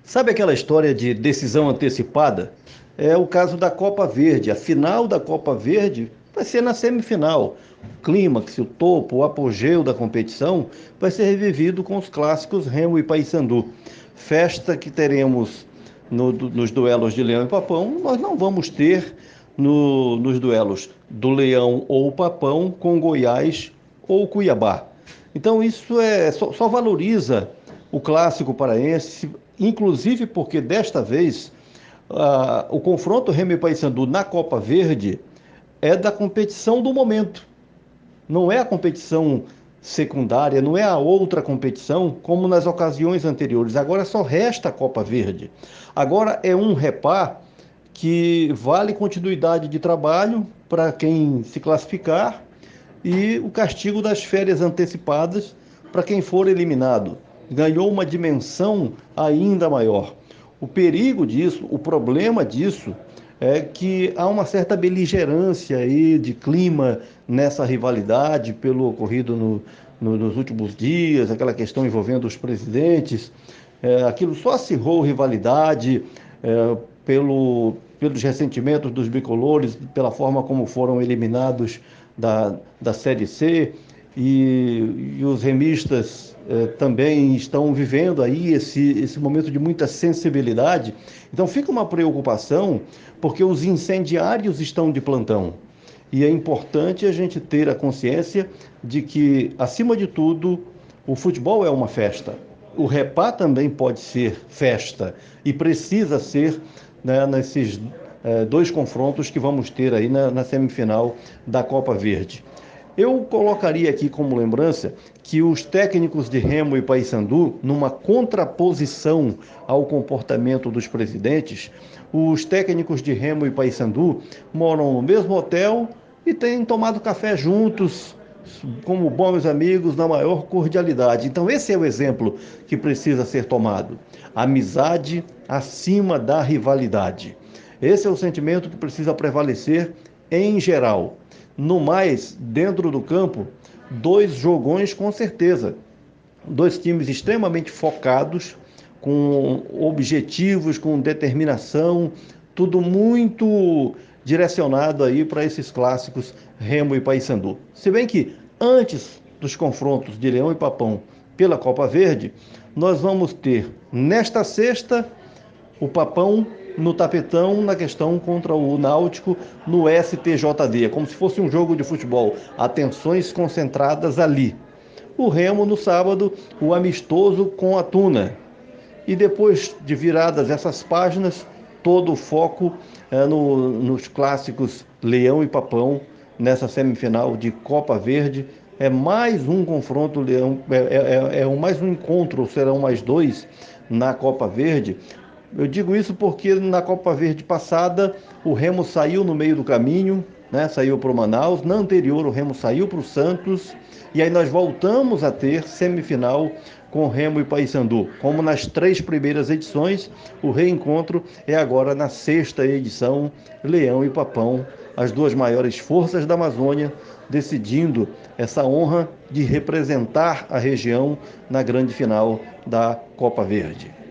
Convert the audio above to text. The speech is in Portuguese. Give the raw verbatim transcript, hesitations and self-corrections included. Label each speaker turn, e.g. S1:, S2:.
S1: Sabe aquela história de decisão antecipada? É o caso da Copa Verde. A final da Copa Verde vai ser na semifinal. O clímax, o topo, o apogeu da competição vai ser revivido com os clássicos Remo e Paysandu. Festa que teremos no- nos duelos de Leão e Papão, nós não vamos ter no- nos duelos do Leão ou Papão com Goiás ou Cuiabá. Então isso é só, só valoriza o clássico paraense, inclusive porque desta vez ah, o confronto Remo e Paysandu na Copa Verde é da competição do momento. Não é a competição secundária, não é a outra competição como nas ocasiões anteriores. Agora só resta a Copa Verde. Agora é um repar que vale continuidade de trabalho para quem se classificar e o castigo das férias antecipadas para quem for eliminado. Ganhou uma dimensão ainda maior. O perigo disso, o problema disso, é que há uma certa beligerância aí de clima nessa rivalidade pelo ocorrido no, no, nos últimos dias, aquela questão envolvendo os presidentes. É, aquilo só acirrou rivalidade é, pelo, pelos ressentimentos dos bicolores, pela forma como foram eliminados da, da Série C, e, e os remistas eh, também estão vivendo aí esse, esse momento de muita sensibilidade. Então fica uma preocupação, porque os incendiários estão de plantão. E é importante a gente ter a consciência de que, acima de tudo, o futebol é uma festa. O repá também pode ser festa e precisa ser, né, nesses eh, dois confrontos que vamos ter aí na, na semifinal da Copa Verde. Eu colocaria aqui como lembrança que os técnicos de Remo e Paysandu, numa contraposição ao comportamento dos presidentes, os técnicos de Remo e Paysandu moram no mesmo hotel e têm tomado café juntos, como bons amigos, na maior cordialidade. Então, esse é o exemplo que precisa ser tomado. Amizade acima da rivalidade. Esse é o sentimento que precisa prevalecer em geral. No mais, dentro do campo, dois jogões com certeza. Dois times extremamente focados, com objetivos, com determinação, tudo muito direcionado aí para esses clássicos Remo e Paysandu. Se bem que antes dos confrontos de Leão e Papão pela Copa Verde, nós vamos ter nesta sexta o Papão no tapetão na questão contra o Náutico no S T J D, como se fosse um jogo de futebol, atenções concentradas ali. O Remo no sábado, o amistoso com a Tuna. E depois de viradas essas páginas, todo o foco é no, nos clássicos Leão e Papão, nessa semifinal de Copa Verde. É mais um confronto, Leão, é, é, é mais um encontro, serão mais dois na Copa Verde. Eu digo isso porque na Copa Verde passada o Remo saiu no meio do caminho, né? Saiu para o Manaus. Na anterior o Remo saiu para o Santos. E aí nós voltamos a ter semifinal com Remo e Paysandu. Como nas três primeiras edições, o reencontro é agora na sexta edição, Leão e Papão, as duas maiores forças da Amazônia, decidindo essa honra de representar a região na grande final da Copa Verde.